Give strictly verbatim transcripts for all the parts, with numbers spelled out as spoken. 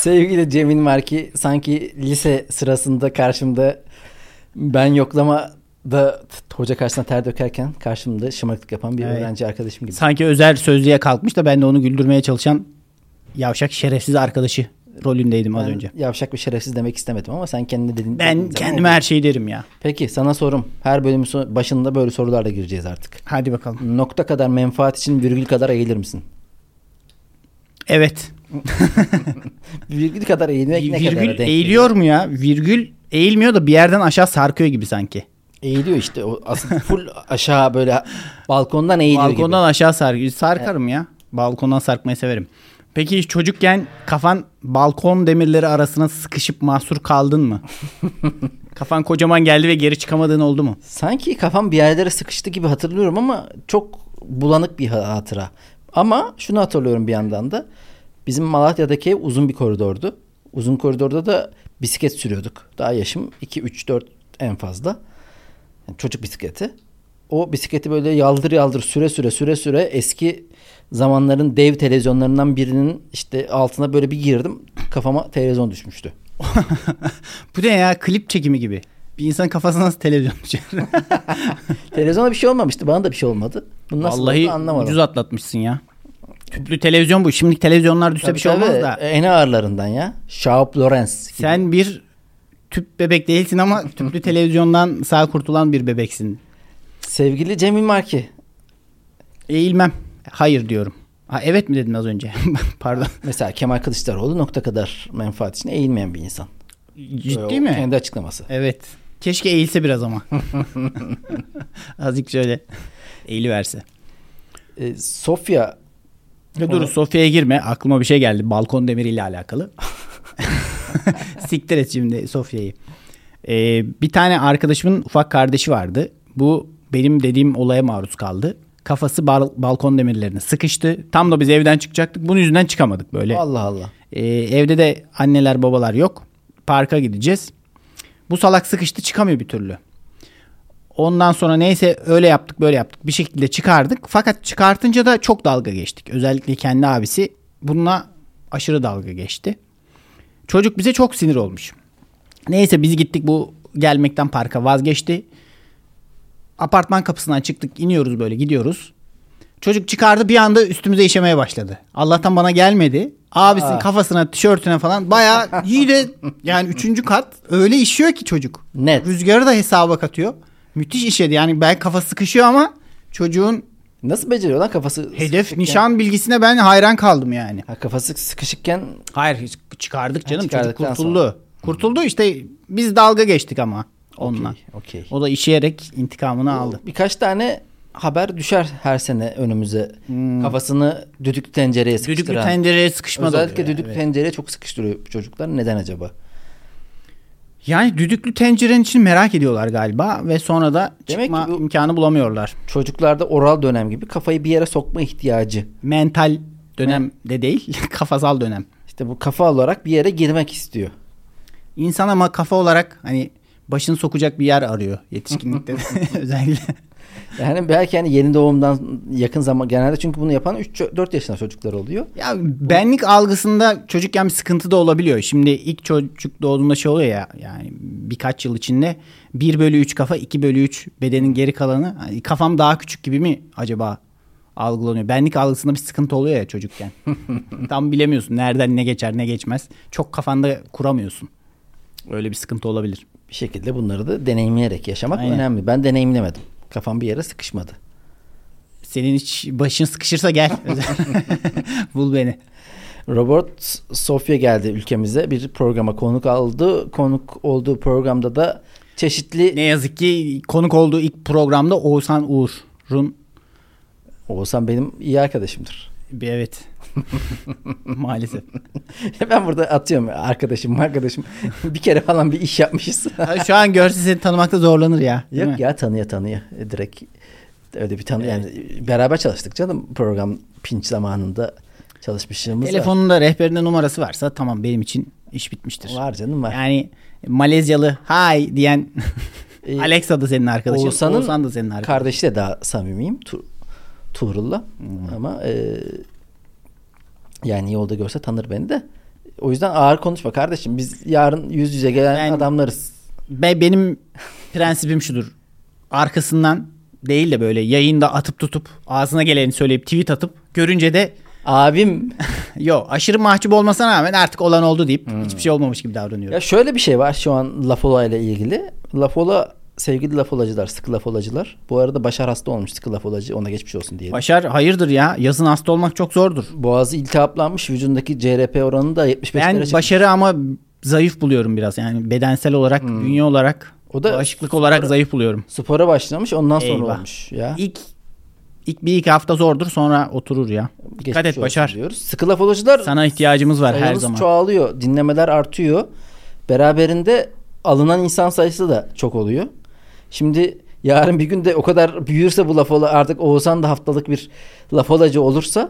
Sevgili Cemil Marki sanki lise sırasında karşımda ben yoklamada hoca karşısına ter dökerken karşımda şımarıklık yapan bir evet. öğrenci arkadaşım gibi. Sanki özel sözlüğe kalkmış da ben de onu güldürmeye çalışan yavşak şerefsiz arkadaşı rolündeydim az ben önce. Yavşak ve şerefsiz demek istemedim ama sen kendine dedin. Ben kendime her şeyi derim ya. Peki sana sorum. Her bölümün başında böyle sorularla gireceğiz artık. Hadi bakalım. Nokta kadar menfaat için virgül kadar eğilir misin? Evet. Virgül kadar eğilmek ne kadar? Virgül eğiliyor mu ya? Virgül eğilmiyor da bir yerden aşağı sarkıyor gibi sanki. Eğiliyor işte. O aslında full aşağı böyle balkondan eğiliyor balkondan gibi. Balkondan aşağı sarkıyor. Sarkarım evet. ya. Balkondan sarkmayı severim. Peki çocukken kafan balkon demirleri arasına sıkışıp mahsur kaldın mı? Kafan kocaman geldi ve geri çıkamadığın oldu mu? Sanki kafam bir yerlere sıkıştı gibi hatırlıyorum ama çok bulanık bir hatıra. Ama şunu hatırlıyorum bir yandan da. Bizim Malatya'daki ev uzun bir koridordu. Uzun koridorda da bisiklet sürüyorduk. Daha yaşım iki, üç, dört en fazla. Yani çocuk bisikleti. O bisikleti böyle yaldır yaldır süre süre süre süre eski zamanların dev televizyonlarından birinin işte altına böyle bir girdim. Kafama televizyon düşmüştü. Bu ne ya? Klip çekimi gibi. Bir insan kafasına nasıl televizyon düşer? Televizyona bir şey olmamıştı. Bana da bir şey olmadı. Bunu nasıl vallahi anlamadım. Ucuz atlatmışsın ya. Tüplü televizyon bu. Şimdiki televizyonlar düşse tabii bir şey olmaz da. En ağırlarından ya. Schaub Lorenz gibi. Sen bir tüp bebek değilsin ama tüplü televizyondan sağ kurtulan bir bebeksin. Sevgili Cemil Marki. Eğilmem. Hayır diyorum. Ha, evet mi dedin az önce? Pardon. Mesela Kemal Kılıçdaroğlu nokta kadar menfaat için eğilmeyen bir insan. Ciddi mi? Kendi açıklaması. Evet. Keşke eğilse biraz ama. Azıcık şöyle eğiliverse. Ee, Sofya. Ya dur Sofya'ya girme. Aklıma bir şey geldi. Balkon demiriyle alakalı. Siktir et şimdi Sofya'yı. Ee, bir tane arkadaşımın ufak kardeşi vardı. Bu benim dediğim olaya maruz kaldı. Kafası bal- balkon demirlerine sıkıştı. Tam da biz evden çıkacaktık. Bunun yüzünden çıkamadık böyle. Allah Allah. Ee, evde de anneler babalar yok. Parka gideceğiz. Bu salak sıkıştı, çıkamıyor bir türlü. Ondan sonra neyse öyle yaptık böyle yaptık. Bir şekilde çıkardık. Fakat çıkartınca da çok dalga geçtik. Özellikle kendi abisi bununla aşırı dalga geçti. Çocuk bize çok sinir olmuş. Neyse biz gittik, bu gelmekten parka vazgeçti. Apartman kapısından çıktık, iniyoruz böyle gidiyoruz. Çocuk çıkardı, bir anda üstümüze işemeye başladı. Allah'tan bana gelmedi. Abisinin Aa. kafasına, tişörtüne falan bayağı iyi de yani üçüncü kat öyle işiyor ki çocuk. Net. Rüzgarı da hesaba katıyor. Müthiş işedi yani, belki kafası sıkışıyor ama çocuğun nasıl beceriyor lan kafası hedef sıkışıkken? Nişan bilgisine ben hayran kaldım yani. Ha, kafası sıkışıkken. Hayır çıkardık canım, ha, çocuk kurtuldu. Sonra. Kurtuldu işte, biz dalga geçtik ama onunla. Okay, okay. O da işeyerek intikamını o, aldı. Birkaç tane haber düşer her sene önümüze. Hmm. Kafasını düdüklü tencereye sıkıştıran. Düdüklü tencereye sıkışmadı. Özellikle düdüklü evet. tencereye çok sıkıştırıyor çocuklar. Neden acaba? Yani düdüklü tencerenin için merak ediyorlar galiba ve sonra da demek çıkma imkanı bulamıyorlar. Çocuklarda oral dönem gibi kafayı bir yere sokma ihtiyacı. Mental dönem de değil, kafasal dönem. İşte bu kafa olarak bir yere girmek istiyor. İnsan ama kafa olarak hani başını sokacak bir yer arıyor yetişkinlikte özellikle. Yani belki hani yeni doğumdan yakın zaman genelde, çünkü bunu yapan üç dört yaşında çocuklar oluyor. Ya benlik algısında çocukken bir sıkıntı da olabiliyor. Şimdi ilk çocuk doğduğunda şey oluyor ya, yani birkaç yıl içinde bir bölü üç kafa, iki bölü üç bedenin geri kalanı. Hani kafam daha küçük gibi mi acaba algılanıyor? Benlik algısında bir sıkıntı oluyor ya çocukken. Tam bilemiyorsun nereden ne geçer ne geçmez. Çok kafanda kuramıyorsun. Öyle bir sıkıntı olabilir. Bir şekilde bunları da deneyimleyerek yaşamak Aynen. önemli. Ben deneyimlemedim. Kafam bir yere sıkışmadı. Senin hiç başın sıkışırsa gel. Bul beni. Robert Sofya geldi ülkemize. Bir programa konuk aldı. Konuk olduğu programda da çeşitli... Ne yazık ki konuk olduğu ilk programda Oğuzhan Uğur'un... Oğuzhan benim iyi arkadaşımdır. Bir evet. Maalesef. Ben burada atıyorum arkadaşım arkadaşım. Bir kere falan bir iş yapmışız. Şu an görse seni tanımakta zorlanır ya. Yok ya, tanıya tanıya. Direkt öyle bir tanı. Evet. Yani beraber çalıştık canım, program pinç zamanında çalışmışlığımız var. Telefonunda rehberinde numarası varsa tamam, benim için iş bitmiştir. Var canım var. Yani Malezyalı hi diyen e, Alexa da senin arkadaşın. Oğuzhan'ın Oğuzhan da senin arkadaşın. Kardeşiyle daha samimiyim. Tu- Tuğrul'la. Hmm. Ama e, yani yolda görse tanır beni de. O yüzden ağır konuşma kardeşim. Biz yarın yüz yüze gelen Ben- adamlarız. Be- benim prensibim şudur. Arkasından değil de böyle yayında atıp tutup ağzına geleni söyleyip tweet atıp görünce de Abim yo aşırı mahcup olmasına rağmen artık olan oldu deyip hiçbir şey olmamış gibi davranıyorum. ya şöyle bir şey var şu an Lafola ile ilgili. Lafola sevgili lafolacılar, sıkı lafolacılar. Bu arada Başar hasta olmuş, sıkı lafolacı. Ona geçmiş olsun diyelim. Başar hayırdır ya, yazın hasta olmak çok zordur. Boğazı iltihaplanmış, vücudundaki C R P oranı da yetmiş beşlere Ben çıkmış. Başar'ı ama zayıf buluyorum biraz. Yani bedensel olarak, bünye olarak, O da bağışıklık olarak zayıf buluyorum. Spora başlamış, ondan sonra Eyvah. olmuş ya. İlk ilk bir iki hafta zordur, sonra oturur ya. Geçmiş Dikkat et olsun Başar. diyoruz. Sıkı lafolacılar Sana ihtiyacımız var her sayımız zaman. çoğalıyor. Dinlemeler artıyor. Beraberinde alınan insan sayısı da çok oluyor. Şimdi yarın bir gün de o kadar büyürse bu lafola, artık Oğuzhan da haftalık bir lafolacı olursa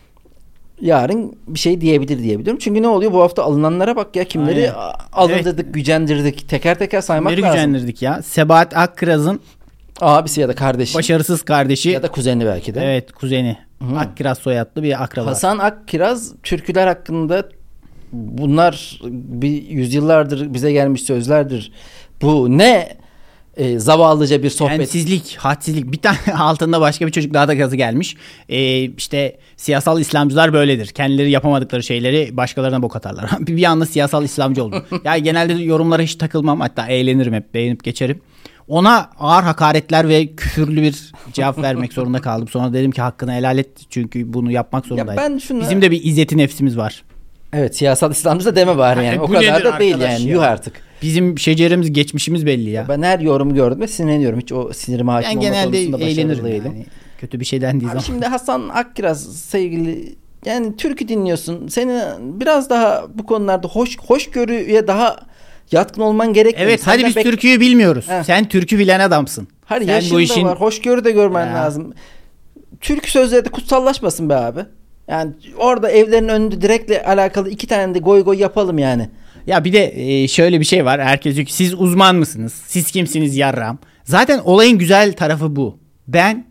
yarın bir şey diyebilir diyebilirim. Çünkü ne oluyor? Bu hafta alınanlara bak ya, kimleri Aynen. alındırdık, gücendirdik. Teker teker saymak Kimleri lazım. gücendirdik ya. Sebahat Akkiraz'ın Abisi ya da kardeşi başarısız kardeşi. ya da kuzeni belki de. Evet, kuzeni. Hı. Akkiraz soyadlı bir akraba. Hasan Akkiraz türküler hakkında, bunlar bir yüzyıllardır bize gelmiş sözlerdir. Bu ne e, zavallıca bir sohbet. Densizlik, hadsizlik. Bir tane altında başka bir çocuk daha da gazı gelmiş. Ee, işte siyasal İslamcılar böyledir. Kendileri yapamadıkları şeyleri başkalarına bok atarlar. bir, bir anda siyasal İslamcı oldum. Ya genelde yorumlara hiç takılmam. Hatta eğlenirim hep. Beğenip geçerim. Ona ağır hakaretler ve küfürlü bir cevap vermek zorunda kaldım. Sonra dedim ki hakkını helal et. Çünkü bunu yapmak zorundayım. ben şuna- Bizim de bir izzeti nefsimiz var. Evet, siyasal İslamcı da deme bari yani. Yani O bu kadar nedir da değil arkadaş yani. ya? Yuh artık. Bizim şecerimiz, geçmişimiz belli ya. Ben her yorumu gördüm ve sinirleniyorum. Hiç o sinirime hakim Ben olma genelde konusunda başarılı eğlenirim değilim. yani. Kötü bir şey dendiği Abi zaman. şimdi Hasan Akkiraz sevgili, yani türkü dinliyorsun. Seni biraz daha bu konularda hoş hoşgörüye daha yatkın olman gerekmiyor. Evet, hadi Senden biz bek- türküyü bilmiyoruz. Heh. Sen türkü bilen adamsın. Hadi Sen yaşın bu da işin var. Hoşgörü de görmen Ya. lazım. Türkü sözleri de kutsallaşmasın be abi. Yani orada evlerin önünde direktle alakalı iki tane de goy goy yapalım yani. Ya bir de e, şöyle bir şey var. Herkes diyor ki siz uzman mısınız? Siz kimsiniz yarram? Zaten olayın güzel tarafı bu. Ben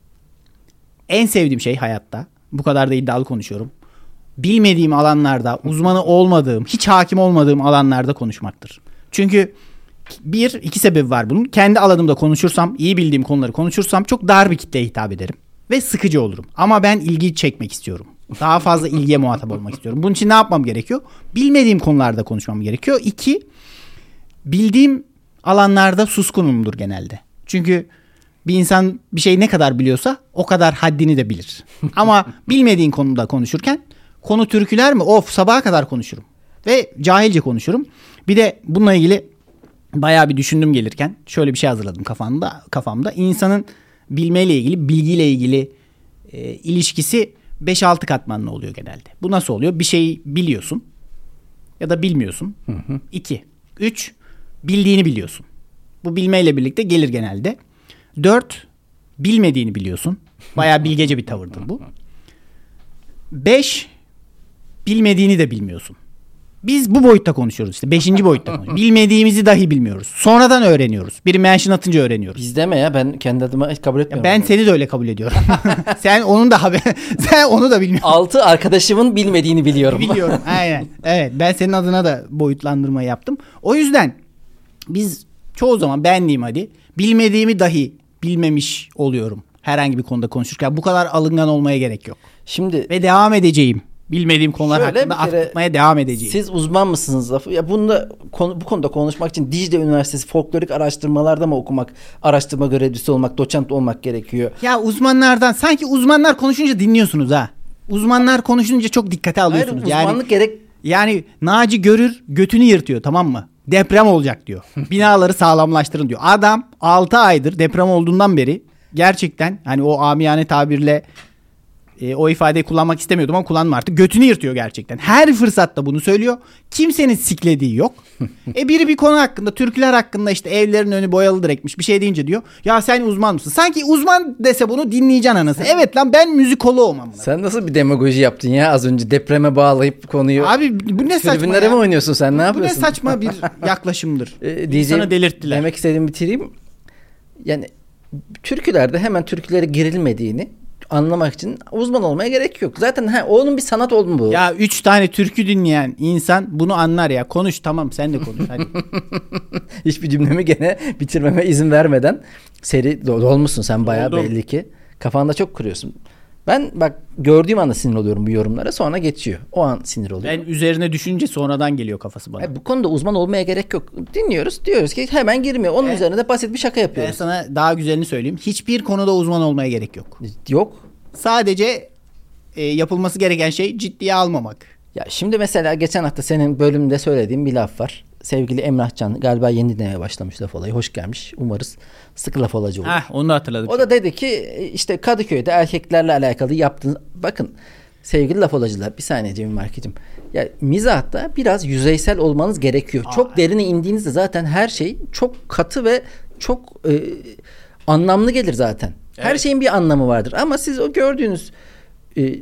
en sevdiğim şey hayatta, bu kadar da iddialı konuşuyorum, bilmediğim alanlarda, uzmanı olmadığım, hiç hakim olmadığım alanlarda konuşmaktır. Çünkü bir, iki sebebi var bunun. Kendi alanımda konuşursam, iyi bildiğim konuları konuşursam çok dar bir kitleye hitap ederim. Ve sıkıcı olurum. Ama ben ilgi çekmek istiyorum. Daha fazla ilgiye muhatap olmak istiyorum. Bunun için ne yapmam gerekiyor? Bilmediğim konularda konuşmam gerekiyor. İki, bildiğim alanlarda suskunumdur genelde. Çünkü bir insan bir şey ne kadar biliyorsa o kadar haddini de bilir. Ama bilmediğin konuda konuşurken, konu türküler mi? Of, sabaha kadar konuşurum. Ve cahilce konuşurum. Bir de bununla ilgili bayağı bir düşündüm gelirken. Şöyle bir şey hazırladım kafamda. kafamda. İnsanın bilmeyle ilgili, bilgiyle ilgili e, ilişkisi beş altı katmanlı oluyor genelde. Bu nasıl oluyor? Bir şeyi biliyorsun ya da bilmiyorsun. iki. üç. Bildiğini biliyorsun. Bu bilmeyle birlikte gelir genelde. dört. Bilmediğini biliyorsun. Bayağı bilgece bir tavırdır bu. beş. Bilmediğini de bilmiyorsun. Biz bu boyutta konuşuyoruz işte. Beşinci boyutta konuşuyoruz. Bilmediğimizi dahi bilmiyoruz. Sonradan öğreniyoruz. Biri mention atınca öğreniyoruz. Biz deme ya, ben kendi adıma hiç kabul etmiyorum. Ben seni de öyle kabul ediyorum. Sen onun da haber, sen onu da bilmiyorsun. Altı arkadaşımın bilmediğini biliyorum. Biliyorum. Aynen. Evet, ben senin adına da boyutlandırma yaptım. O yüzden biz çoğu zaman, ben diyeyim hadi, bilmediğimi dahi bilmemiş oluyorum. Herhangi bir konuda konuşurken bu kadar alıngan olmaya gerek yok. Şimdi Ve devam edeceğim. Bilmediğim konular Şöyle hakkında bir kere, atmaya devam edeceğim. siz uzman mısınız lafı? Ya bunda konu, bu konuda konuşmak için Dicle Üniversitesi folklorik araştırmalarda mı okumak, araştırma görevlisi olmak, doçent olmak gerekiyor? Ya uzmanlardan, sanki uzmanlar konuşunca dinliyorsunuz ha. Uzmanlar konuşunca çok dikkate Hayır, alıyorsunuz. uzmanlık yani gerek. Yani Naci Görür götünü yırtıyor, tamam mı? Deprem olacak diyor. Binaları sağlamlaştırın diyor. Adam altı aydır deprem olduğundan beri gerçekten, hani o amiyane tabirle e, o ifadeyi kullanmak istemiyordum ama kullanma artık. Götünü yırtıyor gerçekten. Her fırsatta bunu söylüyor. Kimsenin siklediği yok. e biri bir konu hakkında, türküler hakkında, işte evlerin önü boyalı direkmiş bir şey deyince diyor. Ya sen uzman mısın? Sanki uzman dese bunu dinleyeceksin anası. Evet lan, ben müzikoloğum amına. Sen nasıl bir demagoji yaptın ya az önce, depreme bağlayıp konuyu? Abi bu ne saçma Tribünlere ya? mi oynuyorsun sen, ne Bu ne yapıyorsun? saçma bir yaklaşımdır. Ee, İnsanı diyeceğim, delirttiler. Demek istediğimi bitireyim. Yani türkülerde hemen türkülere girilmediğini, anlamak için uzman olmaya gerek yok. Zaten ha, onun bir sanat olduğunu bu. Ya üç tane türkü dinleyen insan bunu anlar ya. Konuş tamam sen de konuş hadi. Hiçbir cümlemi gene bitirmeme izin vermeden seri dolmuşsun sen bayağı Oldum. belli ki. Kafanda çok kuruyorsun. Ben bak gördüğüm anda sinir oluyorum bu yorumlara, sonra geçiyor. O an sinir oluyorum. Ben üzerine düşünce sonradan geliyor kafası bana. Yani bu konuda uzman olmaya gerek yok. Dinliyoruz, diyoruz ki hemen girmiyor. Onun Evet. üzerine de basit bir şaka Ben yapıyoruz. sana daha güzelini söyleyeyim. Hiçbir konuda uzman olmaya gerek yok. Yok. Sadece e, yapılması gereken şey ciddiye almamak. Ya şimdi mesela geçen hafta senin bölümünde söylediğim bir laf var. Sevgili Emrahcan galiba yeni dinlemeye başlamış laf olayı. Hoş gelmiş. Umarız sıkı laf olacı olur. Heh, onu da hatırladım. O da dedi ki işte Kadıköy'de erkeklerle alakalı yaptığınız... Bakın sevgili laf olacılar, bir saniye Cemil Markicim. Ya mizahta biraz yüzeysel olmanız gerekiyor. Aa, çok derine indiğinizde zaten her şey çok katı ve çok e, anlamlı gelir zaten. Her Evet. şeyin bir anlamı vardır. Ama siz o gördüğünüz e,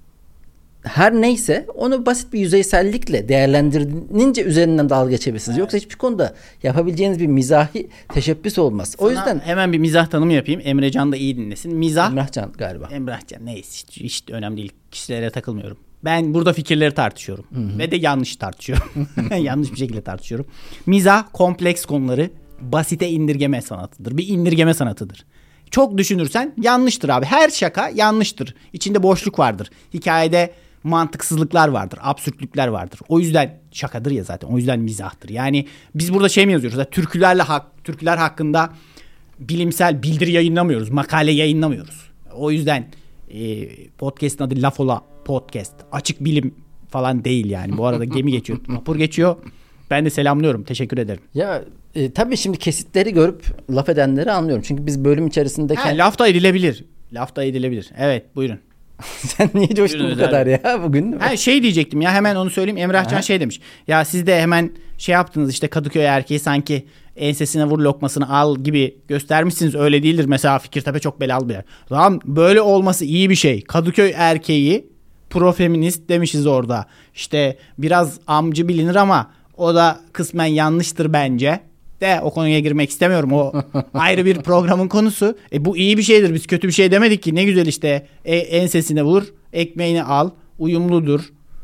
her neyse onu basit bir yüzeysellikle değerlendirince üzerinden dalga geçebilirsiniz. Evet. Yoksa hiçbir konuda yapabileceğiniz bir mizahi teşebbüs olmaz. O Sana yüzden hemen bir mizah tanımı yapayım. Emrecan da iyi dinlesin. Mizah. Emrahcan galiba. Emrahcan neyse hiç, hiç önemli değil. Kişilere takılmıyorum. Ben burada fikirleri tartışıyorum. Hı-hı. Ve de yanlış tartışıyorum. Yanlış bir şekilde tartışıyorum. Mizah kompleks konuları basite indirgeme sanatıdır. Bir indirgeme sanatıdır. Çok düşünürsen yanlıştır abi. Her şaka yanlıştır. İçinde boşluk vardır. Hikayede mantıksızlıklar vardır. Absürtlükler vardır. O yüzden şakadır ya zaten. O yüzden mizahtır. Yani biz burada şey mi yazıyoruz? Türkülerle hak, türküler hakkında bilimsel bildiri yayınlamıyoruz. Makale yayınlamıyoruz. O yüzden e, podcast'ın adı Laf Ola Podcast. Açık bilim falan değil yani. Bu arada gemi geçiyor. Vapur geçiyor. Ben de selamlıyorum. Teşekkür ederim. Ya e, tabii şimdi kesitleri görüp laf edenleri anlıyorum. Çünkü biz bölüm içerisindeyken... Ha, laf da edilebilir. Laf da edilebilir. Evet buyurun. Sen niye coştun Buyurun bu kadar ya bugün? Ha, şey diyecektim ya hemen onu söyleyeyim. Emrahcan Aha. şey demiş. Ya siz de hemen şey yaptınız işte Kadıköy erkeği sanki ensesine vur lokmasını al gibi göstermişsiniz. Öyle değildir. Mesela Fikirtepe çok belalı bir yer. Tamam böyle olması iyi bir şey. Kadıköy erkeği profeminist demişiz orada. İşte biraz amcı bilinir ama o da kısmen yanlıştır bence. De o konuya girmek istemiyorum. O ayrı bir programın konusu. E bu iyi bir şeydir. Biz kötü bir şey demedik ki. Ne güzel işte. E, ensesine vur, ekmeğini al, uyumludur.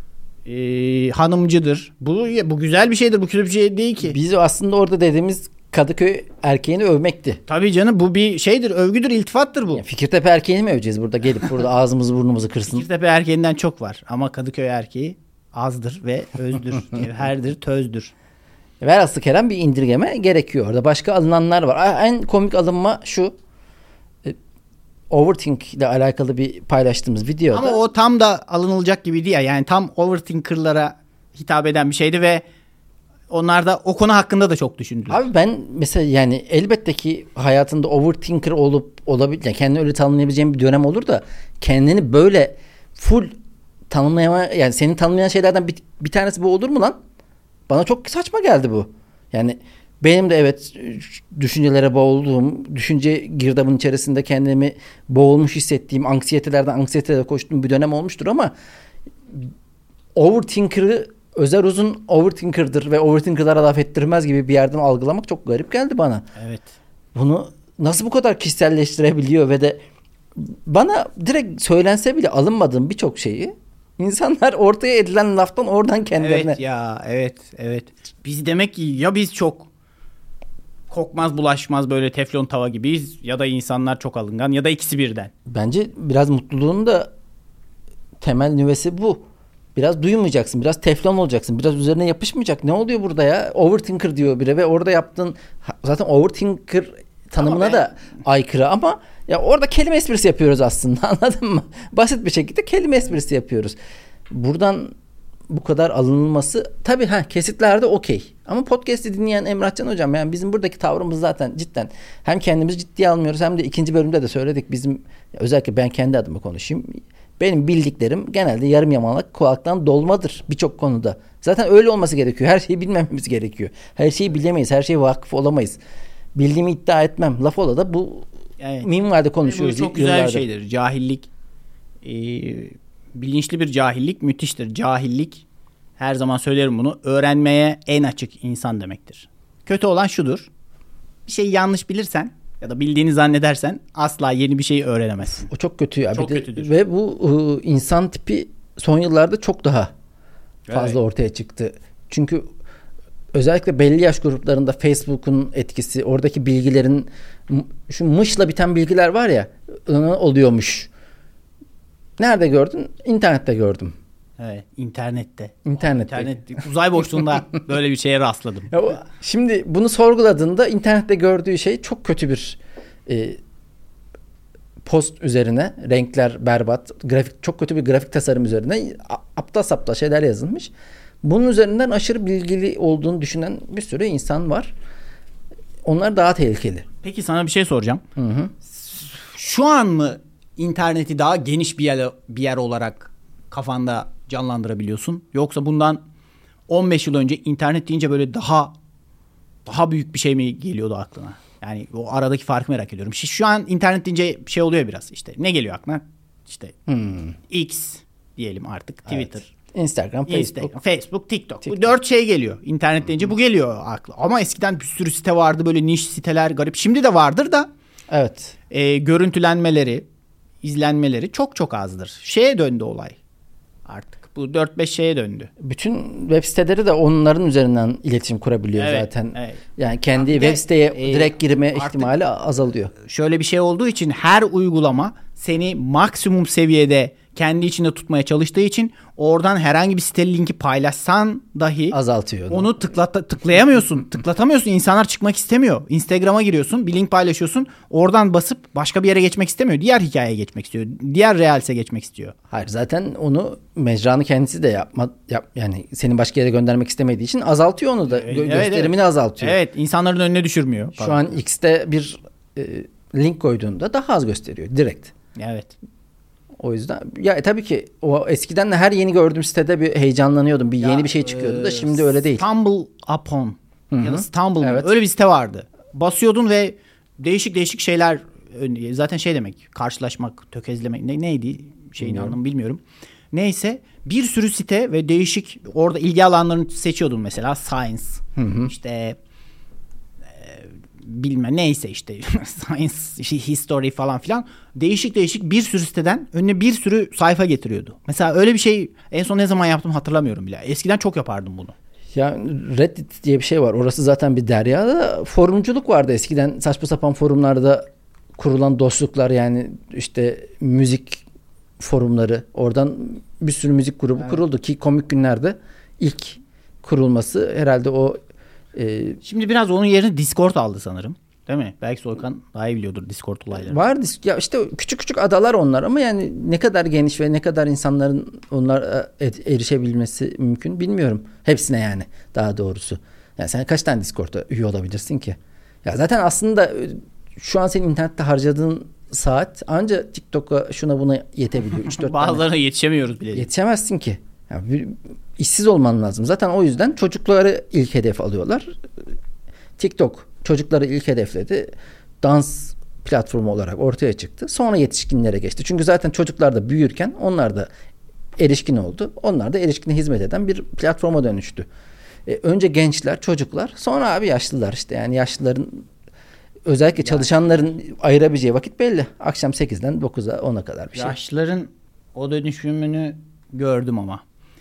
E, hanımcıdır. Bu bu güzel bir şeydir. Bu kötü bir şey değil ki. Biz aslında orada dediğimiz Kadıköy erkeğini övmekti. Tabii canım bu bir şeydir. Övgüdür, iltifattır bu. Ya Fikirtepe erkeğini mi öveceğiz burada gelip burada ağzımızı burnumuzu kırsın? Fikirtepe erkeğinden çok var. Ama Kadıköy erkeği azdır ve özdür. Cevherdir, tözdür. Velhasıl Kerem bir indirgeme gerekiyor orada. Başka alınanlar var. En komik alınma şu. E, Overthink ile alakalı bir paylaştığımız videoda. Ama o tam da alınılacak gibiydi ya. Yani tam overthinker'lara hitap eden bir şeydi ve onlar da o konu hakkında da çok düşündüler. Abi ben mesela yani elbette ki hayatında overthinker olup olabilir. Yani kendini öyle tanımlayabileceğin bir dönem olur da kendini böyle full tanımlayama, yani seni tanımlayan şeylerden bir, bir tanesi bu olur mu lan? Bana çok saçma geldi bu. Yani benim de evet düşüncelere boğulduğum, düşünce girdabının içerisinde kendimi boğulmuş hissettiğim, anksiyetelerden anksiyetelere koştuğum bir dönem olmuştur ama overthinker'ı Özer Uzun overthinker'dır ve overthinker'lara laf ettirmez gibi bir yerden algılamak çok garip geldi bana. Evet. Bunu nasıl bu kadar kişiselleştirebiliyor ve de bana direkt söylense bile alınmadığım birçok şeyi İnsanlar ortaya edilen laftan oradan kendilerine... Evet ya evet evet. Biz demek ki ya biz çok kokmaz bulaşmaz böyle teflon tava gibiyiz ya da insanlar çok alıngan ya da ikisi birden. Bence biraz mutluluğun da temel nüvesi bu. Biraz duymayacaksın, biraz teflon olacaksın, biraz üzerine yapışmayacak. Ne oluyor burada ya? Overthinker diyor biri ve orada yaptığın zaten overthinker tanımına da aykırı ama ya orada kelime esprisi yapıyoruz aslında, anladın mı? Basit bir şekilde kelime esprisi yapıyoruz. Buradan bu kadar alınılması tabii ha kesitlerde okey. Ama podcast'i dinleyen Emrahcan hocam, yani bizim buradaki tavrımız zaten cidden hem kendimizi ciddiye almıyoruz hem de ikinci bölümde de söyledik. Bizim özellikle ben kendi adıma konuşayım. Benim bildiklerim genelde yarım yamalak kulaktan dolmadır birçok konuda. Zaten öyle olması gerekiyor. Her şeyi bilmememiz gerekiyor. Her şeyi bilemeyiz. Her şeye vakıf olamayız. Bildiğimi iddia etmem. Laf ola da bu Evet. minvalde konuşuyoruz. Bu çok güzel yıllardır. bir şeydir. Cahillik e, bilinçli bir cahillik müthiştir. Cahillik, her zaman söylerim bunu, öğrenmeye en açık insan demektir. Kötü olan şudur. Bir şeyi yanlış bilirsen ya da bildiğini zannedersen asla yeni bir şey öğrenemezsin. O çok kötü ya. Çok Bir de- kötüdür. Ve bu ıı, insan tipi son yıllarda çok daha fazla Evet. ortaya çıktı. Çünkü özellikle belli yaş gruplarında Facebook'un etkisi, oradaki bilgilerin m- şu mışla biten bilgiler var ya, ıı, oluyormuş. Nerede gördün? İnternette gördüm. Evet, internette. İnternette. İnternet uzay boşluğunda böyle bir şeye rastladım. Ya o- şimdi bunu sorguladığında internette gördüğü şey çok kötü bir e, post üzerine, renkler berbat, grafik çok kötü bir grafik tasarım üzerine a- aptal saptal şeyler yazılmış. Bunun üzerinden aşırı bilgili olduğunu düşünen bir sürü insan var. Onlar daha tehlikeli. Peki sana bir şey soracağım. Hı hı. Şu an mı interneti daha geniş bir yer, bir yer olarak kafanda canlandırabiliyorsun? Yoksa bundan on beş yıl önce internet deyince böyle daha daha büyük bir şey mi geliyordu aklına? Yani o aradaki farkı merak ediyorum. Şi- Şu an internet deyince bir şey oluyor biraz işte. Ne geliyor aklına? İşte Hmm. X diyelim artık, Twitter, Instagram, Facebook. Instagram, Facebook, TikTok. TikTok. Bu dört şey geliyor. İnternet deyince bu geliyor akla. Ama eskiden bir sürü site vardı, böyle niş siteler, garip. Şimdi de vardır da Evet. e, görüntülenmeleri, izlenmeleri çok çok azdır. Şeye döndü olay artık. Bu dört beş şeye döndü. Bütün web siteleri de onların üzerinden iletişim kurabiliyor Evet, zaten. evet. Yani kendi Bir de, web siteye e, direkt girme artık- ihtimali azalıyor. Şöyle bir şey olduğu için her uygulama seni maksimum seviyede kendi içinde tutmaya çalıştığı için oradan herhangi bir site linki paylaşsan dahi Azaltıyor onu. onu tıklata, tıklayamıyorsun. Tıklatamıyorsun. İnsanlar çıkmak istemiyor. Instagram'a giriyorsun. Bir link paylaşıyorsun. Oradan basıp başka bir yere geçmek istemiyor. Diğer hikayeye geçmek istiyor. Diğer Reels'e geçmek istiyor. Hayır, zaten onu mecranın kendisi de yapma yap, yani senin başka yere göndermek istemediği için azaltıyor onu da. Gö- Evet, gösterimini evet. azaltıyor. Evet. insanların önüne düşürmüyor. Şu an X'te bir e, link koyduğunda daha az gösteriyor direkt. Evet. O yüzden ya e, tabii ki o eskiden de her yeni gördüğüm sitede bir heyecanlanıyordum. Bir yeni bir şey çıkıyordu da e, şimdi öyle değil. Stumble Upon ya da Stumble mı? Evet. Öyle bir site vardı. Basıyordun ve değişik değişik şeyler, zaten şey demek, karşılaşmak, tökezlemek, ne, neydi şeyin Bilmiyorum. anlamı bilmiyorum. Neyse, bir sürü site ve değişik, orada ilgi alanlarını seçiyordun mesela, science, işte e, bilmem neyse işte science, işte history falan filan, değişik değişik bir sürü siteden önüne bir sürü sayfa getiriyordu. Mesela öyle bir şey en son ne zaman yaptım hatırlamıyorum bile. Eskiden çok yapardım bunu. Ya Reddit diye bir şey var. Orası zaten bir derya da forumculuk vardı eskiden. Saçma sapan forumlarda kurulan dostluklar, yani işte müzik forumları. Oradan bir sürü müzik grubu Evet. kuruldu ki komik günlerde ilk kurulması herhalde o e, Şimdi biraz onun yerini Discord aldı sanırım. Değil mi? Belki Soykan daha iyi biliyordur Discord olaylarını. var. Ya işte küçük küçük adalar onlar ama yani ne kadar geniş ve ne kadar insanların onlara erişebilmesi mümkün bilmiyorum. Hepsine yani, daha doğrusu. Yani sen kaç tane Discord'a üye olabilirsin ki? Ya zaten aslında şu an senin internette harcadığın saat ancak TikTok'a şuna buna yetebiliyor. üç dört tane. Bazılarına yetişemiyoruz bile. Yetişemezsin ki. Ya bir, işsiz olman lazım. Zaten o yüzden çocukları ilk hedef alıyorlar. TikTok çocukları ilk hedefledi. Dans platformu olarak ortaya çıktı. Sonra yetişkinlere geçti. Çünkü zaten çocuklar da büyürken onlar da erişkin oldu. Onlar da erişkine hizmet eden bir platforma dönüştü. E, önce gençler, çocuklar, sonra abi yaşlılar işte. Yani yaşlıların, özellikle çalışanların ayırabileceği vakit belli. Akşam sekizden dokuza ona kadar bir şey. Yaşlıların o dönüşümünü gördüm ama.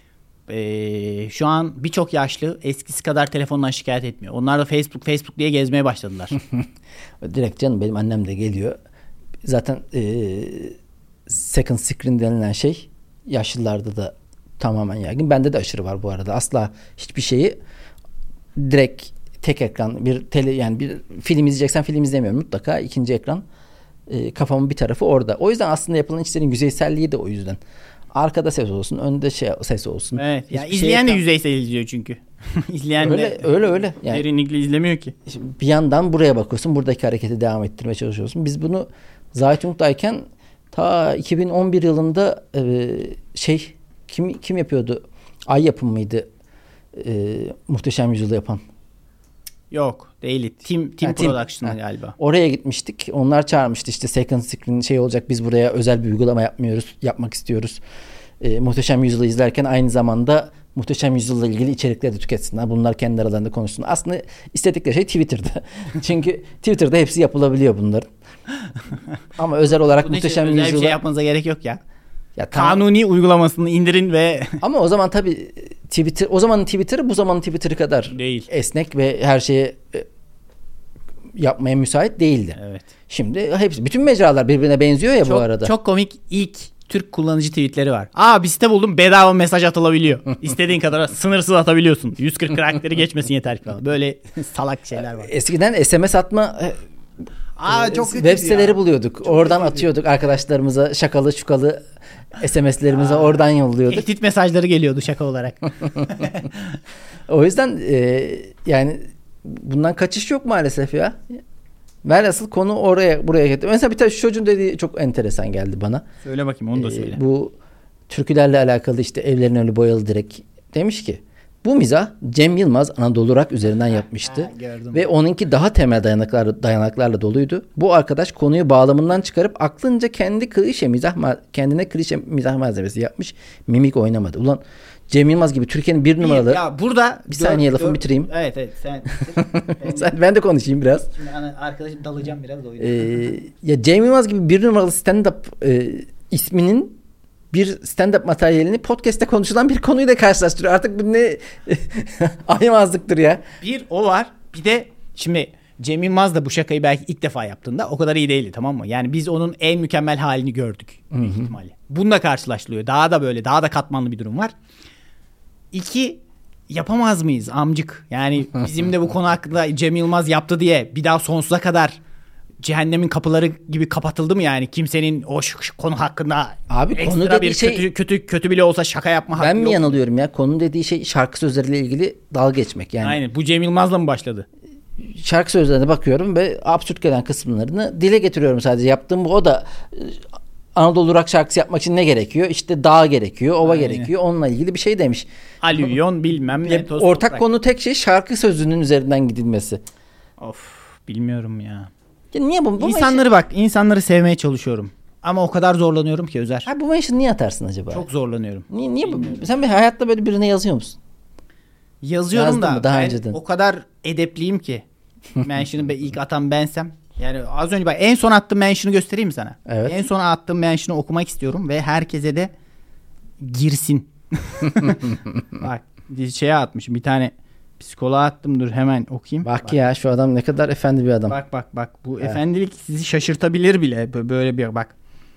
Ee, şu an birçok yaşlı eskisi kadar telefondan şikayet etmiyor. Onlar da Facebook Facebook diye gezmeye başladılar. Direkt canım, benim annem de geliyor. Zaten e, second screen denilen şey yaşlılarda da tamamen yaygın. Bende de aşırı var bu arada. Asla hiçbir şeyi direkt tek ekran bir tele, yani bir film izleyeceksen film izlemiyorum. Mutlaka ikinci ekran, e, kafamın bir tarafı orada. O yüzden aslında yapılan işlerin yüzeyselliği de o yüzden. Arkada ses olsun, önde şey ses olsun. Evet. Ya Hiçbir izleyen de şeye- yüzeysel izliyor çünkü. İzleyen öyle de öyle öyle. Yani derinlikli izlemiyor ki. şimdi bir yandan buraya bakıyorsun, buradaki hareketi devam ettirmeye çalışıyorsun. Biz bunu Zaytung'dayken ta iki bin on bir yılında e, şey kim kim yapıyordu? Ay Yapım mıydı? E, Muhteşem Yüzyıl'ı yapan. Yok, değil. Team Team Ha, Team. Production Ha. galiba. Oraya gitmiştik. Onlar çağırmıştı, işte second screen şey olacak. Biz buraya özel bir uygulama yapmıyoruz. Yapmak istiyoruz. E, Muhteşem Yüzyıl'ı izlerken aynı zamanda Muhteşem Yüzyıl'la ilgili içerikleri de tüketsinler. Bunlar kendi aralarında konuşsunlar. Aslında istedikleri şey Twitter'da. Çünkü Twitter'da hepsi yapılabiliyor bunların. Ama özel olarak Bunun Muhteşem için özel Yüzyıl'a... bir şey yapmanıza gerek yok ya. Ya tamam. Kanuni uygulamasını indirin ve... Ama o zaman tabii Twitter, o zamanın Twitter'ı bu zamanın Twitter'ı kadar değil. Esnek ve her şeye yapmaya müsait değildi. Evet. Şimdi hepsi, bütün mecralar birbirine benziyor ya çok, bu arada. Çok komik ilk Türk kullanıcı tweetleri var. Aa bir site buldum, bedava mesaj atılabiliyor. İstediğin kadar sınırsız atabiliyorsun. yüz kırk karakteri geçmesin yeter ki falan. Böyle salak şeyler var. Eskiden S M S atma Aa, çok web siteleri ya. buluyorduk. Çok oradan kötüydü. atıyorduk arkadaşlarımıza şakalı şukalı S M S'lerimizi oradan yolluyorduk. Tehdit mesajları geliyordu şaka olarak. O yüzden e, yani bundan kaçış yok maalesef ya. Velhasıl konu oraya buraya gitti. Mesela bir tane şu çocuğun dediği çok enteresan geldi bana. Söyle bakayım, onu da söyle. Ee, bu türkülerle alakalı işte evlerin önü boyalı direkt demiş ki bu mizah Cem Yılmaz Anadolu Rock üzerinden yapmıştı. Ha, gördüm. Ve onunki daha temel dayanaklar, dayanaklarla doluydu. Bu arkadaş konuyu bağlamından çıkarıp aklınca kendi klişe mizah kendine klişe mizah malzemesi yapmış. Mimik oynamadı. Ulan Cem Yılmaz gibi Türkiye'nin bir numaralı. Ya burada bir saniye gör, lafımı gör, bitireyim. Evet evet sen. Sen, ben de konuşayım biraz. Şimdi hani arkadaşım dalacağım biraz da o yüzden. Ee, ya Cem Yılmaz gibi bir numaralı stand-up e, isminin bir stand-up materyalini podcast'te konuşulan bir konuyla karşılaştırıyor. Artık bu ne aymazlıktır ya. Bir o var. Bir de şimdi Cem Yılmaz da bu şakayı belki ilk defa yaptığında o kadar iyi değildi, tamam mı? Yani biz onun en mükemmel halini gördük büyük ihtimalle. Bununla karşılaşılıyor. Daha da böyle daha da katmanlı bir durum var. İki, yapamaz mıyız amcık? Yani bizim de bu konu hakkında Cem Yılmaz yaptı diye bir daha sonsuza kadar cehennemin kapıları gibi kapatıldı mı yani? Kimsenin o şu, şu konu hakkında Abi ekstra konu dediği bir şey, kötü, kötü kötü bile olsa şaka yapma hakkı ben yok. mi yanılıyorum ya? Konu dediği şey şarkı sözleriyle ilgili dalga geçmek yani. Aynen. Bu Cem Yılmaz'la mı başladı? Şarkı sözlerine bakıyorum ve absürt gelen kısımlarını dile getiriyorum sadece. Yaptığım bu. O da Anadolu Rock şarkısı yapmak için ne gerekiyor? İşte dağ gerekiyor, ova Aynen. gerekiyor. Onunla ilgili bir şey demiş. Alüvyon bilmem ne. Ya, Toz ortak toprak. konu tek şey şarkı sözünün üzerinden gidilmesi. Of, bilmiyorum ya. Ya niye bu? bu İnsanları bak, insanları sevmeye çalışıyorum. Ama o kadar zorlanıyorum ki Özer. Ha, bu mention niye atarsın acaba? Çok zorlanıyorum. Niye, niye bu? Sen bir hayatta böyle birine yazıyor musun? Yazıyorum Yazdın da mı daha ben önceden? o kadar edepliyim ki. Mention'ı be ilk atan bensem. Yani az önce bak en son attığım mention'ı göstereyim mi sana? Evet. En son attığım mention'ı okumak istiyorum ve herkese de girsin. Bak bir şeye atmışım, bir tane psikoloğa attım, dur hemen okuyayım. Bak, bak ya şu adam ne kadar efendi bir adam. Bak bak bak bu Evet. efendilik sizi şaşırtabilir bile, böyle bir bak.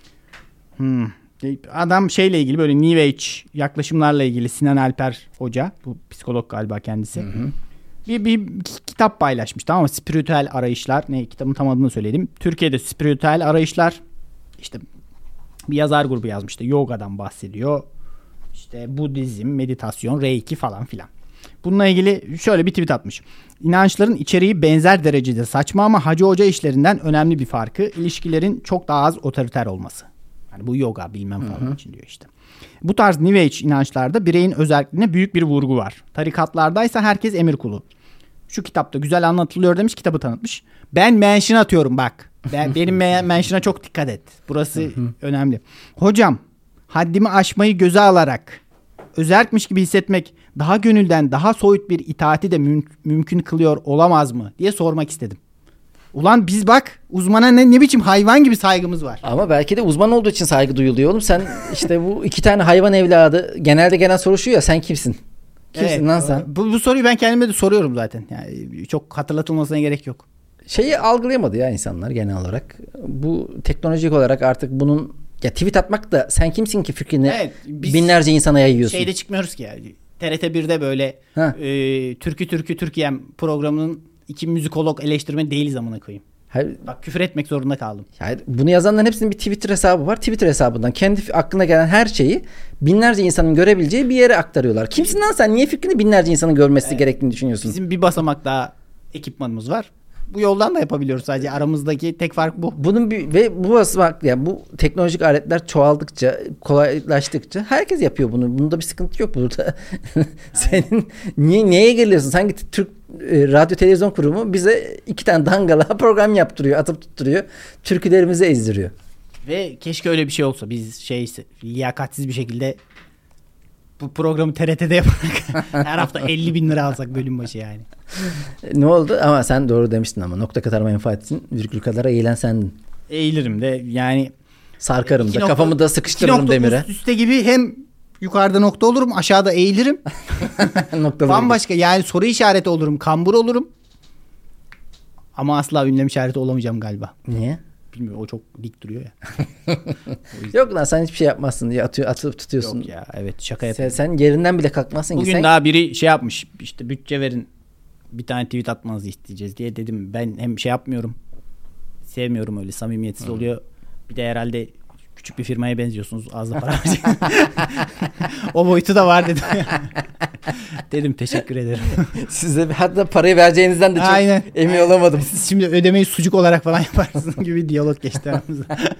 Hmm. Adam şeyle ilgili, böyle New Age yaklaşımlarla ilgili, Sinan Alper Hoca, bu psikolog galiba kendisi. Hı hı. Bir, bir kitap paylaşmış, tamam mı? Spiritüel arayışlar. Ne, kitabın tam adını söyledim. Türkiye'de spiritüel arayışlar. İşte bir yazar grubu yazmıştı. Yogadan bahsediyor. İşte Budizm, meditasyon, Reiki falan filan. Bununla ilgili şöyle bir tweet atmış. İnançların içeriği benzer derecede saçma ama Hacı Hoca işlerinden önemli bir farkı ilişkilerin çok daha az otoriter olması. Yani bu yoga bilmem falan, hı hı, için diyor işte. Bu tarz New Age inançlarda bireyin özelliğine büyük bir vurgu var. Tarikatlardaysa herkes emir kulu. Şu kitapta güzel anlatılıyor demiş, kitabı tanıtmış. Ben mention atıyorum bak. Ben, benim mention'a çok dikkat et. Burası önemli. Hocam, haddimi aşmayı göze alarak özerkmiş gibi hissetmek daha gönülden daha soyut bir itaati de müm- mümkün kılıyor olamaz mı diye sormak istedim. Ulan biz bak uzmana ne, ne biçim hayvan gibi saygımız var. Ama belki de uzman olduğu için saygı duyuluyor oğlum. Sen işte bu iki tane hayvan evladı, genelde gelen soru şu ya, sen kimsin? Kimsin Evet, lan sen? Bu, bu soruyu ben kendime de soruyorum zaten. Yani çok hatırlatılmasına gerek yok. Şeyi algılayamadı ya insanlar genel olarak. Bu teknolojik olarak artık bunun, ya tweet atmak da sen kimsin ki fikrini Evet, biz binlerce insana yayıyorsun. Şeyde çıkmıyoruz ki yani. T R T birde böyle e, Türkü Türkü Türkiye'm programının iki müzikolog eleştirmeni değiliz amına koyayım. Hayır, bak küfür etmek zorunda kaldım. Yani bunu yazanların hepsinin bir Twitter hesabı var. Twitter hesabından kendi aklına gelen her şeyi binlerce insanın görebileceği bir yere aktarıyorlar. Kimsin lan sen? Niye fikrini binlerce insanın görmesi evet. gerektiğini düşünüyorsun? Bizim bir basamak daha ekipmanımız var. Bu yoldan da yapabiliyoruz, sadece aramızdaki tek fark bu. Bunun bir ve bu basamak, yani bu teknolojik aletler çoğaldıkça, kolaylaştıkça herkes yapıyor bunu. Bunda bir sıkıntı yok burada. Senin niye neye geliyorsun? Sanki Türk e, radyo televizyon kurumu bize iki tane dangala program yaptırıyor, atıp tutturuyor. Türkülerimizi ezdiriyor. Ve keşke öyle bir şey olsa. Biz şey liyakatsiz bir şekilde Bu programı T R T'de yaparak her hafta elli bin lira alsak bölüm başı yani. Ne oldu? Ama sen doğru demiştin ama nokta kadar menfaat için virgül kadar eğilen sendin. Eğilirim de yani. Sarkarım da nokta, kafamı da sıkıştırırım demire. Üst üste gibi hem yukarıda nokta olurum, aşağıda eğilirim. Bambaşka yani soru işareti olurum, kambur olurum. Ama asla ünlem işareti olamayacağım galiba. Niye? Bilmiyorum, o çok dik duruyor ya. Yok lan, sen hiçbir şey yapmazsın diye atıyor, atıp tutuyorsun. Yok ya, evet, şaka sen, yapıyorum. sen yerinden bile kalkmazsın. Bugün ki. Sen... daha biri şey yapmış, işte bütçe verin bir tane tweet atmanızı isteyeceğiz diye. Dedim ben hem şey yapmıyorum, sevmiyorum, öyle samimiyetsiz hmm. oluyor. Bir de herhalde küçük bir firmaya benziyorsunuz, az da para verecek. O boyutu da var dedim. Dedim teşekkür ederim. Size hatta parayı vereceğinizden de çok Aynen. emin olamadım. Siz şimdi ödemeyi sucuk olarak falan yaparsınız gibi bir diyalog geçti aramızda.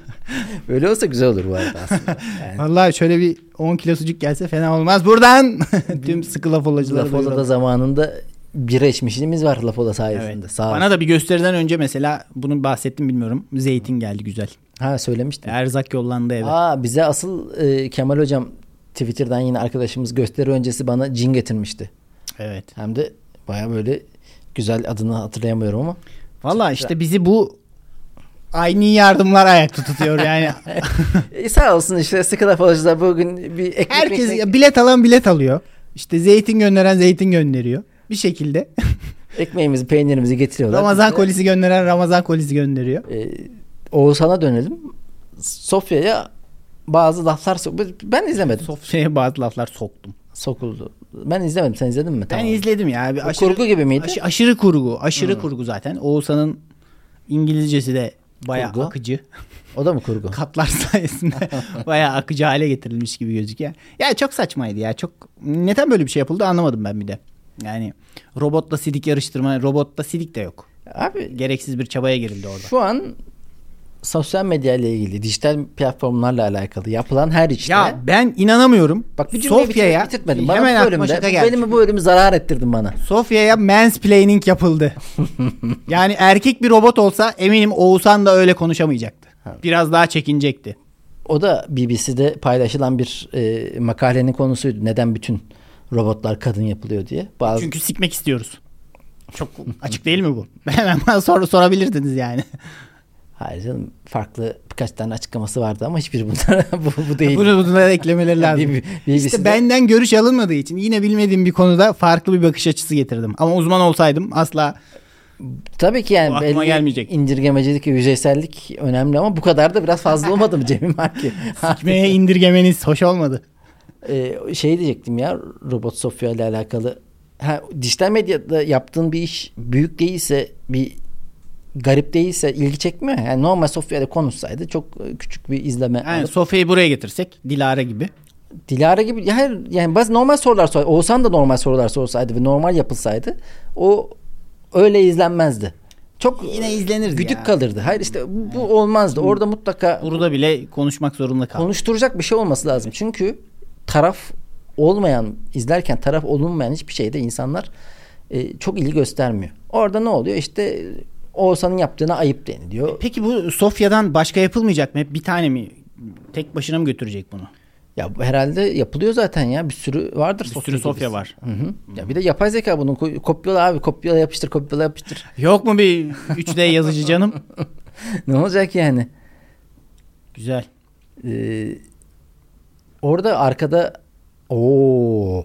Böyle olsa güzel olur bu arada aslında. Yani. Vallahi şöyle bir on kilo sucuk gelse fena olmaz. Buradan tüm sıkı laf olacılar. Laf Ola'da zamanında bira içmişliğimiz var Laf Ola sayesinde. Evet. Sağ Bana da bir gösteriden önce mesela, bunu bahsettim bilmiyorum, zeytin geldi güzel. Ha, söylemiştin. Erzak yollandı eve. Aa, bize asıl e, Kemal hocam Twitter'dan yine arkadaşımız gösteri öncesi bana cin getirmişti. Evet. Hem de baya böyle güzel, adını hatırlayamıyorum ama. Valla işte bizi bu aynı yardımlar ayakta tutuyor yani. e, sağ olsun işte sıkı laf olacağız bugün bir ekmek. Herkes ekmek... bilet alan bilet alıyor. İşte zeytin gönderen zeytin gönderiyor. Bir şekilde. Ekmeğimizi, peynirimizi getiriyorlar. Ramazan işte. kolisi gönderen Ramazan kolisi gönderiyor. Ee, Oğuzhan'a dönelim. Sofya'ya bazı laflar sok- ben izlemedim. Sofya'ya bazı laflar soktum. Sokuldu. Ben izlemedim. Sen izledin mi? Ben tamam. izledim ya. Bir aşırı, kurgu gibi miydi? Aş- aşırı kurgu. Aşırı hmm. kurgu zaten. Oğuzhan'ın İngilizcesi de bayağı kurgu. Akıcı. O da mı kurgu? Katlar sayesinde bayağı akıcı hale getirilmiş gibi gözüküyor. Ya çok saçmaydı ya. Çok, neden böyle bir şey yapıldı anlamadım ben bir de. Yani robotla sidik yarıştırma, robotta sidik de yok. Abi gereksiz bir çabaya girildi orada. Şu an sosyal medya ile ilgili, dijital platformlarla alakalı yapılan her işte. Ya ben inanamıyorum. Bak bir cümleyi Sofya'ya bitirtmedim. Bana hemen bu bölümde, bu bölümü, bu bölümü zarar ettirdin bana. Sofya'ya mansplaining yapıldı. Yani erkek bir robot olsa eminim Oğuzhan da öyle konuşamayacaktı. Biraz daha çekinecekti. O da B B C'de paylaşılan bir e, makalenin konusuydu. Neden bütün robotlar kadın yapılıyor diye. Bazı... Çünkü sikmek istiyoruz. Çok açık değil mi bu? Hemen bana sor, sorabilirdiniz yani. Hayır canım, farklı birkaç tane açıklaması vardı ama hiçbiri bunlar bu, bu değil. Bunu bunlara eklemeleri lazım. B B C'de... İşte benden görüş alınmadığı için yine bilmediğim bir konuda farklı bir bakış açısı getirdim. Ama uzman olsaydım asla tabii ki yani aklıma gelmeyecek. İndirgemecilik ve yüzeysellik önemli ama bu kadar da biraz fazla olmadı mı Cemil Marki? Sikmeye indirgemeniz hoş olmadı. Ee, şey diyecektim ya, Robot Sofya ile alakalı. Ha, dijital medyada yaptığın bir iş büyük değilse, bir garip değilse ilgi çekmiyor. Yani normal Sofya'da konuşsaydı çok küçük bir izleme. Yani alıp... Sofya'yı buraya getirsek Dilara gibi. Dilara gibi yani, yani bazı normal sorular sor. Oğuzhan da normal sorular sorsaydı ve normal yapılsaydı o öyle izlenmezdi. Çok yine izlenirdi güdük ya. kalırdı. Hayır işte bu, bu olmazdı. Orada mutlaka burada bile konuşmak zorunda kaldı. Konuşturacak bir şey olması lazım. Çünkü taraf olmayan, izlerken taraf olunmayan hiçbir şeyde insanlar e, çok ilgi göstermiyor. Orada ne oluyor? İşte Oğuzhan'ın yaptığına ayıp deniliyor. Peki bu Sofya'dan başka yapılmayacak mı? Hep bir tane mi? Tek başına mı götürecek bunu? Ya herhalde yapılıyor zaten ya. Bir sürü vardır. Bir sürü Sofya var. Hı hı. Ya bir de yapay zeka bunu kopyala abi. Kopyala yapıştır, kopyala yapıştır. Yok mu bir üç D yazıcı canım? Ne olacak yani? Güzel. Ee, orada arkada ooo.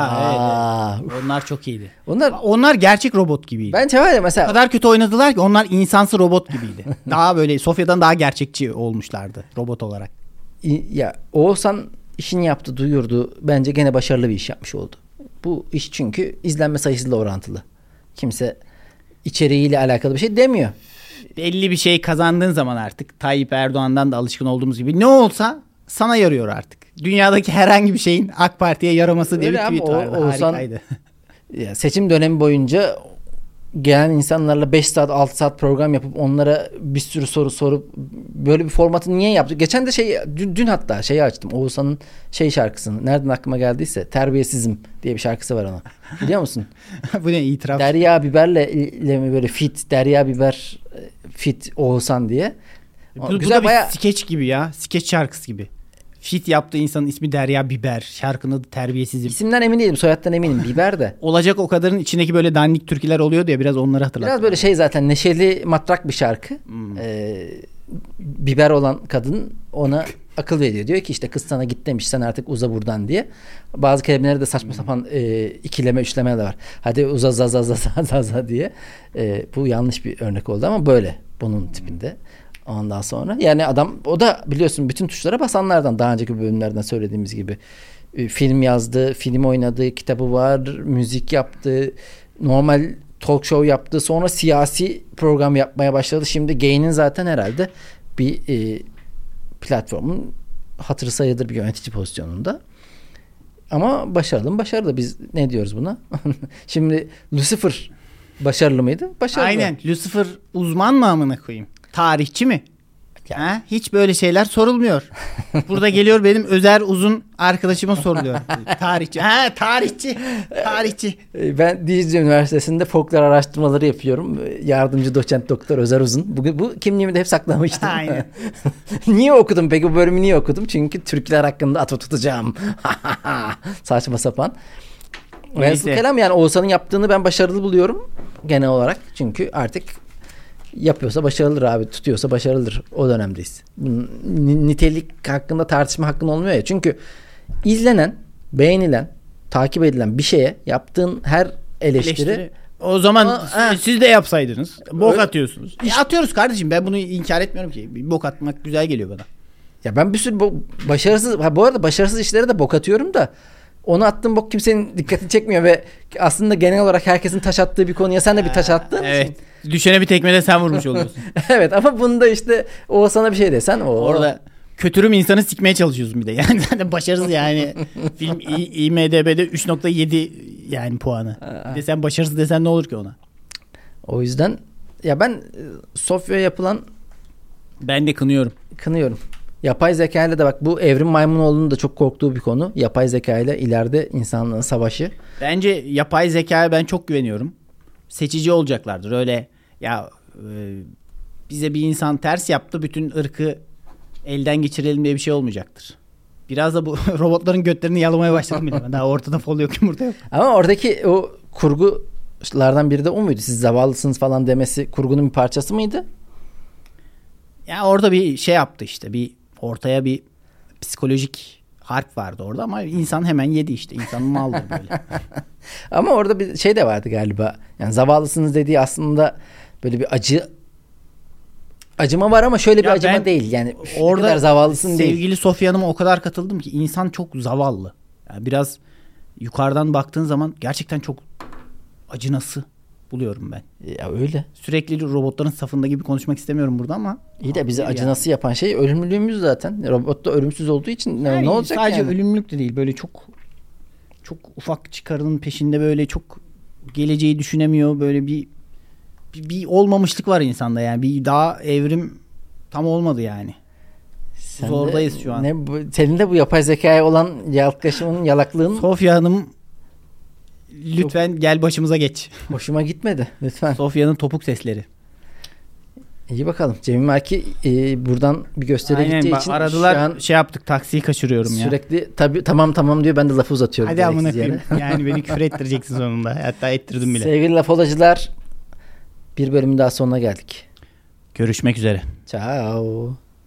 Ha, evet. Onlar çok iyiydi. Onlar onlar gerçek robot gibiydi. Bence var ya mesela. O kadar kötü oynadılar ki onlar insansı robot gibiydi. Daha böyle Sofya'dan daha gerçekçi olmuşlardı robot olarak. Ya Oğuzhan işini yaptı, duyurdu. Bence gene başarılı bir iş yapmış oldu. Bu iş çünkü izlenme sayısıyla orantılı. Kimse içeriğiyle alakalı bir şey demiyor. Belli bir şey kazandığın zaman artık Tayyip Erdoğan'dan da alışkın olduğumuz gibi ne olsa sana yarıyor artık. Dünyadaki herhangi bir şeyin AK Parti'ye yaraması diye öyle bir tweet vardı. O, harikaydı. Ya seçim dönemi boyunca gelen insanlarla beş saat altı saat program yapıp onlara bir sürü soru sorup böyle bir formatı niye yaptı? Geçen de şey dün, dün hatta şeyi açtım. Oğuzhan'ın şey şarkısını. Nereden aklıma geldiyse Terbiyesizim diye bir şarkısı var ona. Biliyor musun? Bu ne itiraf? Derya Biber'le ile mi böyle fit Derya Biber fit Oğuzhan diye. Bu, bu da bir bayağı... skeç gibi ya. Skeç şarkısı gibi. Fit yaptığı insanın ismi Derya Biber. Şarkının adı Terbiyesizim. İsimden emin değilim. Soyaddan eminim. Biber de. Olacak o kadarın içindeki böyle dandik türküler oluyordu ya, biraz onları hatırlattım. Biraz böyle şey zaten neşeli matrak bir şarkı. Hmm. Ee, biber olan kadın ona akıl veriyor. Diyor ki işte kız sana git demiş, sen artık uza buradan diye. Bazı kelimeleri de saçma sapan e, ikileme üçleme de var. Hadi uza za za za za za za diye. E, bu yanlış bir örnek oldu ama böyle bunun tipinde. Ondan sonra yani adam, o da biliyorsun bütün tuşlara basanlardan, daha önceki bölümlerden söylediğimiz gibi. E, film yazdı, film oynadı, kitabı var, müzik yaptı, normal talk show yaptı, sonra siyasi program yapmaya başladı. Şimdi Gain'in zaten herhalde bir e, platformun hatırı sayılır bir yönetici pozisyonunda. Ama başarılı mı? Başarılı. Biz ne diyoruz buna? Şimdi Lucifer başarılı mıydı? Başarılı. Aynen. Lucifer uzman mı amına koyayım? Tarihçi mi? Ha? Hiç böyle şeyler sorulmuyor. Burada geliyor benim Özer Uzun arkadaşıma soruluyor. Tarihçi. Ha, tarihçi. Tarihçi. Ben Dicle Üniversitesi'nde folklor araştırmaları yapıyorum. Yardımcı doçent doktor Özer Uzun. Bu, bu kimliğimi de hep saklamıştım. Aynen. Niye okudum peki? Bu bölümü niye okudum? Çünkü Türkler hakkında ato tutacağım. Saçma sapan. Velhasıl kelam, yani Oğuzhan'ın yaptığını ben başarılı buluyorum genel olarak. Çünkü artık yapıyorsa başarılıdır abi. Tutuyorsa başarılıdır. O dönemdeyiz. Nitelik hakkında tartışma hakkın olmuyor ya. Çünkü izlenen, beğenilen, takip edilen bir şeye yaptığın her eleştiri, eleştiri. O zaman Aa, siz de yapsaydınız. Bok öyle atıyorsunuz. E, atıyoruz kardeşim. Ben bunu inkar etmiyorum ki. Bir bok atmak güzel geliyor bana. Ya ben bir sürü bo- başarısız, ha bu arada başarısız işlere de bok atıyorum da onu attığım bok kimsenin dikkatini çekmiyor ve aslında genel olarak herkesin taş attığı bir konuya sen de bir taş attın. Evet. Için. Düşene bir tekme de sen vurmuş oluyorsun. Evet, ama bunda işte o sana bir şey desen o orada kötürüm insanı sikmeye çalışıyorsun bir de. Yani zaten başarısız yani. Film I M D B'de üç nokta yedi yani puanı. Bir de sen başarısız desen ne olur ki ona? O yüzden ya ben Sofya yapılan, ben de kınıyorum. Kınıyorum. Yapay zeka ile de bak, bu Evrim Maymunoğlu'nun da çok korktuğu bir konu. Yapay zeka ile ileride insanlığın savaşı. Bence yapay zekaya ben çok güveniyorum. Seçici olacaklardır. Öyle ya e, bize bir insan ters yaptı, bütün ırkı elden geçirelim diye bir şey olmayacaktır. Biraz da bu robotların götlerini yalamaya başladım bile. Daha ortada fol yok, yumurta yok. Ama oradaki o kurgulardan biri de o muydu? Siz zavallısınız falan demesi kurgunun bir parçası mıydı? Ya orada bir şey yaptı işte. Bir ortaya bir psikolojik harp vardı orada ama insan hemen yedi işte. İnsanın maldır böyle. Ama orada bir şey de vardı galiba. Yani zavallısınız dediği aslında böyle bir acı acıma var ama şöyle bir ya acıma değil. Yani orada kadar zavallısın sevgili değil. Sevgili Sofya Hanım'a o kadar katıldım ki insan çok zavallı. Yani biraz yukarıdan baktığın zaman gerçekten çok acınası buluyorum ben. Ya öyle. Sürekli robotların safında gibi konuşmak istemiyorum burada ama. İyi de bizi acınası yani yapan şey ölümlülüğümüz zaten. Robot da ölümsüz olduğu için yani ne olacak sadece yani? Sadece ölümlülük de değil. Böyle çok çok ufak çıkarının peşinde, böyle çok geleceği düşünemiyor. Böyle bir bir, bir olmamışlık var insanda yani. Bir daha evrim tam olmadı yani. Sen zordayız şu an. Ne bu, senin de bu yapay zekaya olan yaklaşımın, yalaklığın. Sofya Hanım lütfen çok gel başımıza geç. Hoşuma gitmedi lütfen. Sofya'nın topuk sesleri. İyi bakalım. Cemil Marki e, buradan bir gösteri Aynen, gittiği ba- için aradılar, an şey yaptık, taksiyi kaçırıyorum sürekli, ya. Sürekli tabii tamam tamam diyor, ben de lafı uzatıyorum. Hadi amına koyayım. Yani beni küfür ettireceksin sonunda. Hatta ettirdim bile. Sevgili lafolacılar, bir bölümün daha sonuna geldik. Görüşmek üzere. Ciao.